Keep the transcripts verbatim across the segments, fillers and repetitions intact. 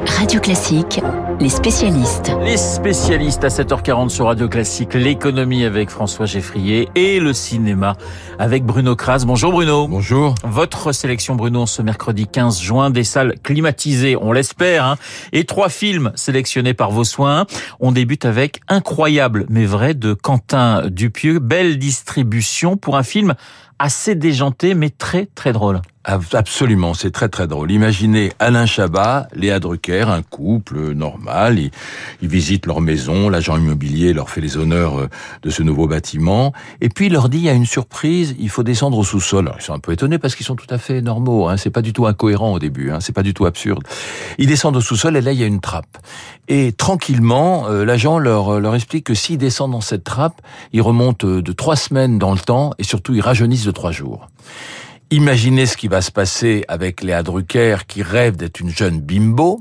Radio Classique, les spécialistes. Les spécialistes à sept heures quarante sur Radio Classique, l'économie avec François Geffrier et le cinéma avec Bruno Kras. Bonjour Bruno. Bonjour. Votre sélection Bruno ce mercredi quinze juin, des salles climatisées, on l'espère, hein, et trois films sélectionnés par vos soins. On débute avec Incroyable mais vrai de Quentin Dupieux. Belle distribution pour un film assez déjanté mais très très drôle. Absolument, c'est très très drôle. Imaginez Alain Chabat, Léa Drucker, un couple normal. Ils, ils visitent leur maison, l'agent immobilier leur fait les honneurs de ce nouveau bâtiment. Et puis il leur dit, il y a une surprise, il faut descendre au sous-sol. Alors, ils sont un peu étonnés parce qu'ils sont tout à fait normaux. Hein, c'est pas du tout incohérent au début, hein, c'est pas du tout absurde. Ils descendent au sous-sol et là il y a une trappe. Et tranquillement, euh, l'agent leur, leur explique que s'ils descendent dans cette trappe, ils remontent de trois semaines dans le temps et surtout ils rajeunissent de trois jours. Imaginez ce qui va se passer avec Léa Drucker qui rêve d'être une jeune bimbo.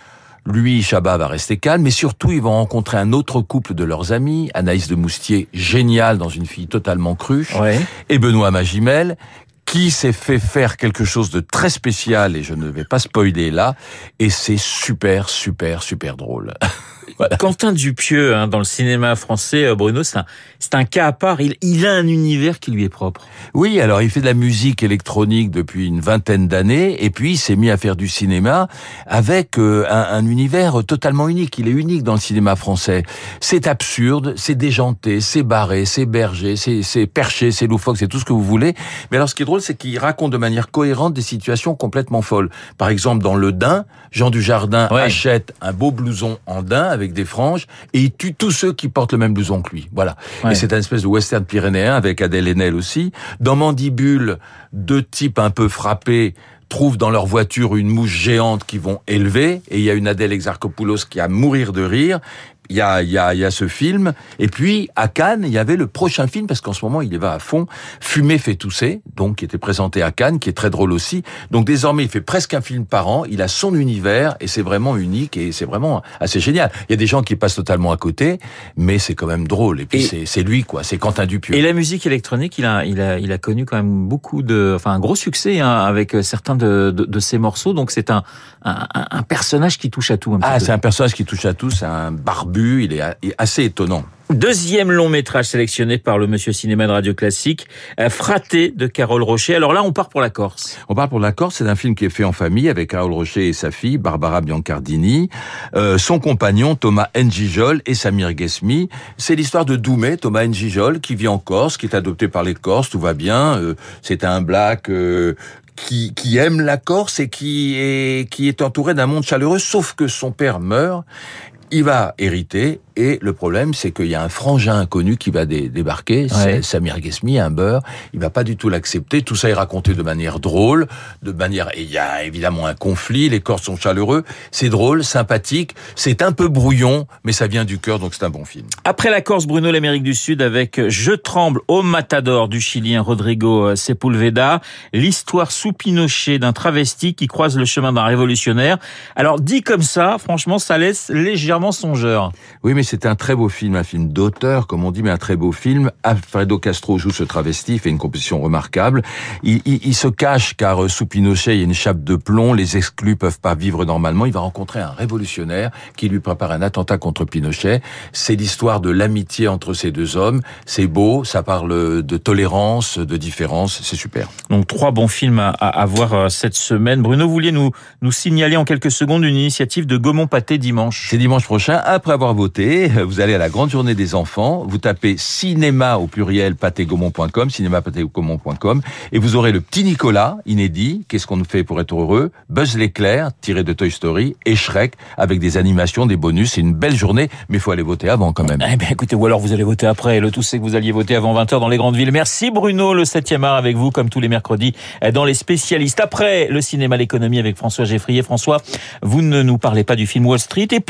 Lui, Chabat, va rester calme, mais surtout, ils vont rencontrer un autre couple de leurs amis, Anaïs de Moustier, géniale dans Une fille totalement cruche, ouais. Et Benoît Magimel, qui s'est fait faire quelque chose de très spécial, et je ne vais pas spoiler là, et c'est super, super, super drôle. Voilà. Quentin Dupieux, hein, dans le cinéma français, Bruno, c'est un, c'est un cas à part. Il, il a un univers qui lui est propre. Oui, alors il fait de la musique électronique depuis une vingtaine d'années, et puis il s'est mis à faire du cinéma avec euh, un, un univers totalement unique. Il est unique dans le cinéma français. C'est absurde, c'est déjanté, c'est barré, c'est berger, c'est, c'est perché, c'est loufoque, c'est tout ce que vous voulez. Mais alors ce qui est drôle, c'est qu'il raconte de manière cohérente des situations complètement folles. Par exemple, dans Le Dain, Jean Dujardin ouais. achète un beau blouson en daim avec des franges, et il tue tous ceux qui portent le même blouson que lui. Voilà. Ouais. Et c'est un espèce de western pyrénéen avec Adèle Haenel aussi. Dans Mandibule, deux types un peu frappés trouvent dans leur voiture une mouche géante qu'ils vont élever, et il y a une Adèle Exarchopoulos qui a à mourir de rire. Il y a, il y a, il y a ce film. Et puis, à Cannes, il y avait le prochain film, parce qu'en ce moment, il y va à fond. Fumer fait tousser, donc, qui était présenté à Cannes, qui est très drôle aussi. Donc, désormais, il fait presque un film par an. Il a son univers, et c'est vraiment unique, et c'est vraiment assez génial. Il y a des gens qui passent totalement à côté, mais c'est quand même drôle. Et puis, et c'est, c'est lui, quoi. C'est Quentin Dupieux. Et la musique électronique, il a, il a, il a connu quand même beaucoup de, enfin, un gros succès, hein, avec certains de, de, de ses morceaux. Donc, c'est un, un, un personnage qui touche à tout, un petit Ah, peu. c'est un personnage qui touche à tout. C'est un barbu. Il est assez étonnant. Deuxième long métrage sélectionné par le Monsieur Cinéma de Radio Classique, Fraté de Carole Rocher. Alors là, on part pour la Corse. On part pour la Corse. C'est un film qui est fait en famille avec Carole Rocher et sa fille, Barbara Biancardini, euh, son compagnon Thomas N'Gijol et Samir Ghesmi. C'est l'histoire de Doumé, Thomas N'Gijol, qui vit en Corse, qui est adopté par les Corses, tout va bien. Euh, c'est un black... Euh, qui, qui aime la Corse et qui est, qui est entouré d'un monde chaleureux, sauf que son père meurt. Il va hériter, et le problème, c'est qu'il y a un frangin inconnu qui va dé- débarquer, ouais. c'est Samir Ghesmi, un beurre, il va pas du tout l'accepter, tout ça est raconté de manière drôle, de manière, et il y a évidemment un conflit, les Corses sont chaleureux, c'est drôle, sympathique, c'est un peu brouillon, mais ça vient du cœur, donc c'est un bon film. Après la Corse, Bruno, l'Amérique du Sud, avec Je tremble au Matador du Chilien Rodrigo Sepulveda, l'histoire sous Pinochet d'un travesti qui croise le chemin d'un révolutionnaire. Alors, dit comme ça, franchement, ça laisse légèrement songeur. Oui, mais c'est un très beau film, un film d'auteur, comme on dit, mais un très beau film. Alfredo Castro joue ce travesti, fait une composition remarquable. Il, il, il se cache car euh, sous Pinochet, il y a une chape de plomb, les exclus peuvent pas vivre normalement. Il va rencontrer un révolutionnaire qui lui prépare un attentat contre Pinochet. C'est l'histoire de l'amitié entre ces deux hommes. C'est beau, ça parle de tolérance, de différence, c'est super. Donc trois bons films à, à, à voir cette semaine. Bruno, vous vouliez nous, nous signaler en quelques secondes une initiative de Gaumont-Pâté dimanche. C'est dimanche prochain, après avoir voté, vous allez à la grande journée des enfants, vous tapez cinéma au pluriel patégaumont point com, cinéma patégaumont point com, et vous aurez le petit Nicolas, inédit, qu'est-ce qu'on fait pour être heureux, Buzz l'éclair, tiré de Toy Story, et Shrek, avec des animations, des bonus. C'est une belle journée, mais il faut aller voter avant quand même. Eh bien écoutez, ou alors vous allez voter après. Le tout, c'est que vous alliez voter avant vingt heures dans les grandes villes. Merci Bruno, le septième art avec vous, comme tous les mercredis, dans les spécialistes. Après le cinéma, l'économie avec François Geffrier. François, vous ne nous parlez pas du film Wall Street, et pourtant,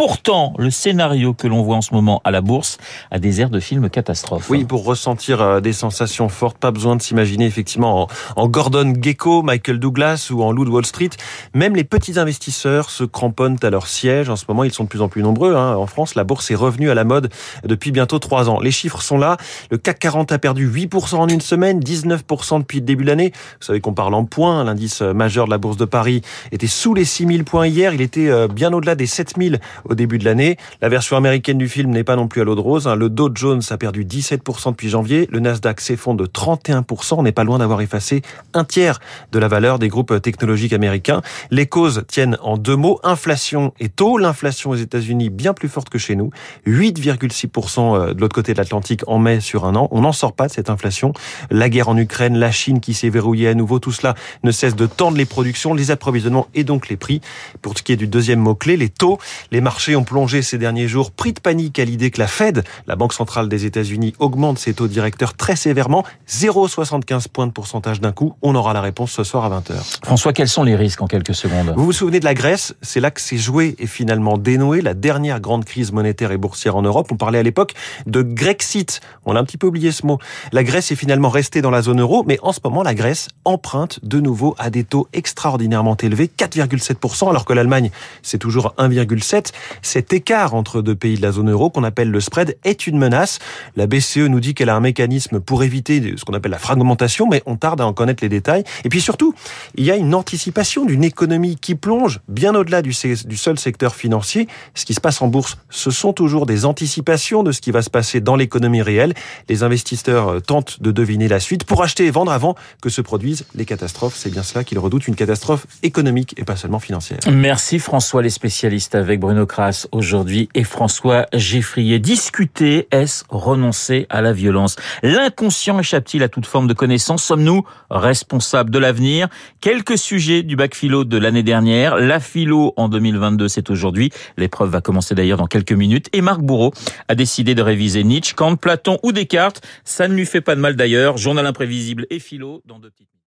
Laurent, le scénario que l'on voit en ce moment à la bourse a des airs de film catastrophe. Oui, pour ressentir des sensations fortes, pas besoin de s'imaginer effectivement en, en Gordon Gekko, Michael Douglas ou en Loup de Wall Street. Même les petits investisseurs se cramponnent à leur siège. En ce moment, ils sont de plus en plus nombreux. Hein. En France, la bourse est revenue à la mode depuis bientôt trois ans. Les chiffres sont là. Le C A C quarante a perdu huit pour cent en une semaine, dix-neuf pour cent depuis le début de l'année. Vous savez qu'on parle en points. L'indice majeur de la bourse de Paris était sous les six mille points hier. Il était bien au-delà des sept mille au début de l'année. La version américaine du film n'est pas non plus à l'eau de rose. Le Dow Jones a perdu dix-sept pour cent depuis janvier. Le Nasdaq s'effondre de trente et un pour cent. On n'est pas loin d'avoir effacé un tiers de la valeur des groupes technologiques américains. Les causes tiennent en deux mots. Inflation et taux. L'inflation aux États-Unis bien plus forte que chez nous. huit virgule six pour cent de l'autre côté de l'Atlantique en mai sur un an. On n'en sort pas de cette inflation. La guerre en Ukraine, la Chine qui s'est verrouillée à nouveau. Tout cela ne cesse de tendre les productions, les approvisionnements et donc les prix. Pour ce qui est du deuxième mot-clé, les taux. Les marchés ont plongé ces derniers jours, pris de panique à l'idée que la Fed, la Banque centrale des États-Unis, augmente ses taux directeurs très sévèrement. zéro virgule soixante-quinze points de pourcentage d'un coup. On aura la réponse ce soir à vingt heures. François, quels sont les risques en quelques secondes ? Vous vous souvenez de la Grèce ? C'est là que s'est joué et finalement dénoué la dernière grande crise monétaire et boursière en Europe. On parlait à l'époque de Grexit. On a un petit peu oublié ce mot. La Grèce est finalement restée dans la zone euro, mais en ce moment, la Grèce emprunte de nouveau à des taux extraordinairement élevés, quatre virgule sept pour cent, alors que l'Allemagne, c'est toujours un virgule sept. Cet écart entre deux pays de la zone euro, qu'on appelle le spread, est une menace. La B C E nous dit qu'elle a un mécanisme pour éviter ce qu'on appelle la fragmentation, mais on tarde à en connaître les détails. Et puis surtout, il y a une anticipation d'une économie qui plonge bien au-delà du, du seul secteur financier. Ce qui se passe en bourse, ce sont toujours des anticipations de ce qui va se passer dans l'économie réelle. Les investisseurs tentent de deviner la suite pour acheter et vendre avant que se produisent les catastrophes. C'est bien cela qu'ils redoutent, une catastrophe économique et pas seulement financière. Merci François, les spécialistes avec Bruno Kras aujourd'hui et François Geffrier. Discuter, est-ce renoncer à la violence ? L'inconscient échappe-t-il à toute forme de connaissance ? Sommes-nous responsables de l'avenir ? Quelques sujets du bac philo de l'année dernière. La philo en deux mille vingt-deux, c'est aujourd'hui. L'épreuve va commencer d'ailleurs dans quelques minutes. Et Marc Bourreau a décidé de réviser Nietzsche, Kant, Platon ou Descartes. Ça ne lui fait pas de mal d'ailleurs. Journal imprévisible et philo dans deux petites minutes.